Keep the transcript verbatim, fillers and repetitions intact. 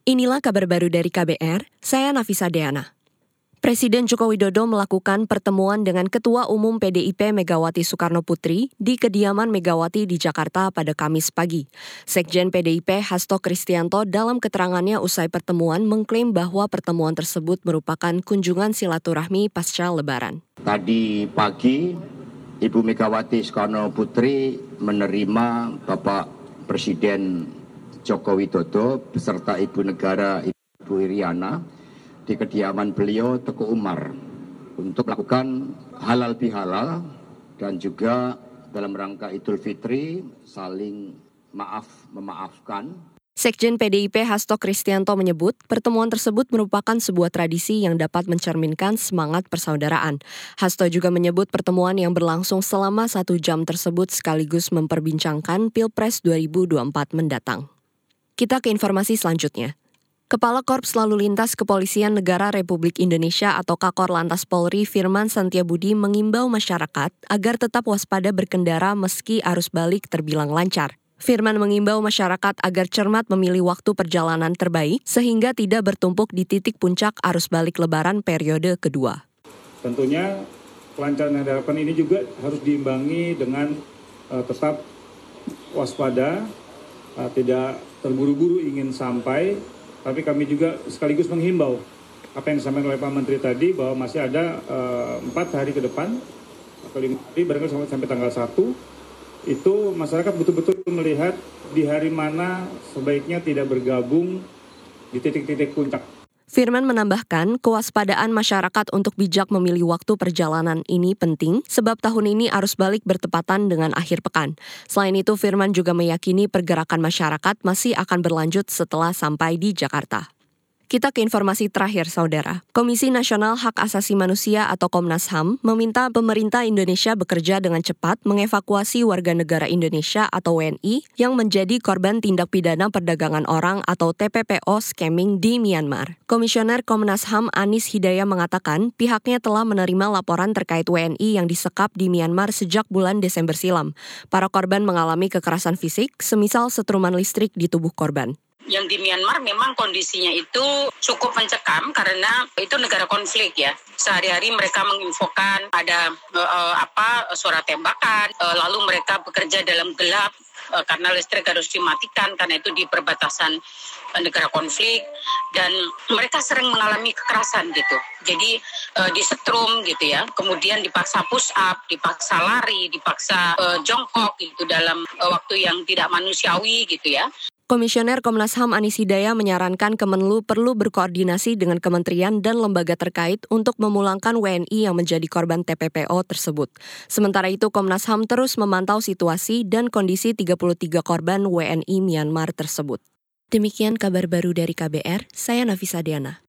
Inilah kabar baru dari K B R, saya Nafisa Deana. Presiden Joko Widodo melakukan pertemuan dengan Ketua Umum P D I P Megawati Soekarnoputri di kediaman Megawati di Jakarta pada Kamis pagi. Sekjen P D I P Hasto Kristianto dalam keterangannya usai pertemuan mengklaim bahwa pertemuan tersebut merupakan kunjungan silaturahmi pasca Lebaran. Tadi pagi, Ibu Megawati Soekarnoputri menerima Bapak Presiden Joko Widodo beserta Ibu Negara Ibu Iriana di kediaman beliau Teguh Umar untuk melakukan halal bihalal dan juga dalam rangka Idul Fitri saling maaf memaafkan. Sekjen P D I P Hasto Kristianto menyebut pertemuan tersebut merupakan sebuah tradisi yang dapat mencerminkan semangat persaudaraan. Hasto juga menyebut pertemuan yang berlangsung selama satu jam tersebut sekaligus memperbincangkan Pilpres dua ribu dua puluh empat mendatang. Kita ke informasi selanjutnya. Kepala Korps Lalu Lintas Kepolisian Negara Republik Indonesia atau Kakor Lantas Polri Firman Santiabudi mengimbau masyarakat agar tetap waspada berkendara meski arus balik terbilang lancar. Firman mengimbau masyarakat agar cermat memilih waktu perjalanan terbaik sehingga tidak bertumpuk di titik puncak arus balik Lebaran periode kedua. Tentunya kelancaran yang diharapkan ini juga harus diimbangi dengan uh, tetap waspada, uh, tidak terburu-buru ingin sampai, tapi kami juga sekaligus menghimbau apa yang disampaikan oleh Pak Menteri tadi bahwa masih ada empat uh, hari ke depan atau lima hari barangkali sampai, sampai tanggal satu itu masyarakat betul-betul melihat di hari mana sebaiknya tidak bergabung di titik-titik puncak. Firman menambahkan, kewaspadaan masyarakat untuk bijak memilih waktu perjalanan ini penting sebab tahun ini arus balik bertepatan dengan akhir pekan. Selain itu, Firman juga meyakini pergerakan masyarakat masih akan berlanjut setelah sampai di Jakarta. Kita ke informasi terakhir, Saudara. Komisi Nasional Hak Asasi Manusia atau Komnas H A M meminta pemerintah Indonesia bekerja dengan cepat mengevakuasi warga negara Indonesia atau W N I yang menjadi korban tindak pidana perdagangan orang atau T P P O scamming di Myanmar. Komisioner Komnas H A M Anis Hidayah mengatakan pihaknya telah menerima laporan terkait W N I yang disekap di Myanmar sejak bulan Desember silam. Para korban mengalami kekerasan fisik, semisal setruman listrik di tubuh korban. Yang di Myanmar memang kondisinya itu cukup mencekam karena itu negara konflik ya. Sehari-hari mereka menginfokan ada uh, apa suara tembakan, uh, lalu mereka bekerja dalam gelap uh, karena listrik harus dimatikan karena itu di perbatasan uh, negara konflik dan mereka sering mengalami kekerasan gitu. Jadi uh, disetrum gitu ya. Kemudian dipaksa push up, dipaksa lari, dipaksa uh, jongkok gitu dalam uh, waktu yang tidak manusiawi gitu ya. Komisioner Komnas H A M Anis Hidayah menyarankan Kemenlu perlu berkoordinasi dengan kementerian dan lembaga terkait untuk memulangkan W N I yang menjadi korban T P P O tersebut. Sementara itu, Komnas H A M terus memantau situasi dan kondisi tiga puluh tiga korban W N I Myanmar tersebut. Demikian kabar baru dari K B R, saya Nafisa Deana.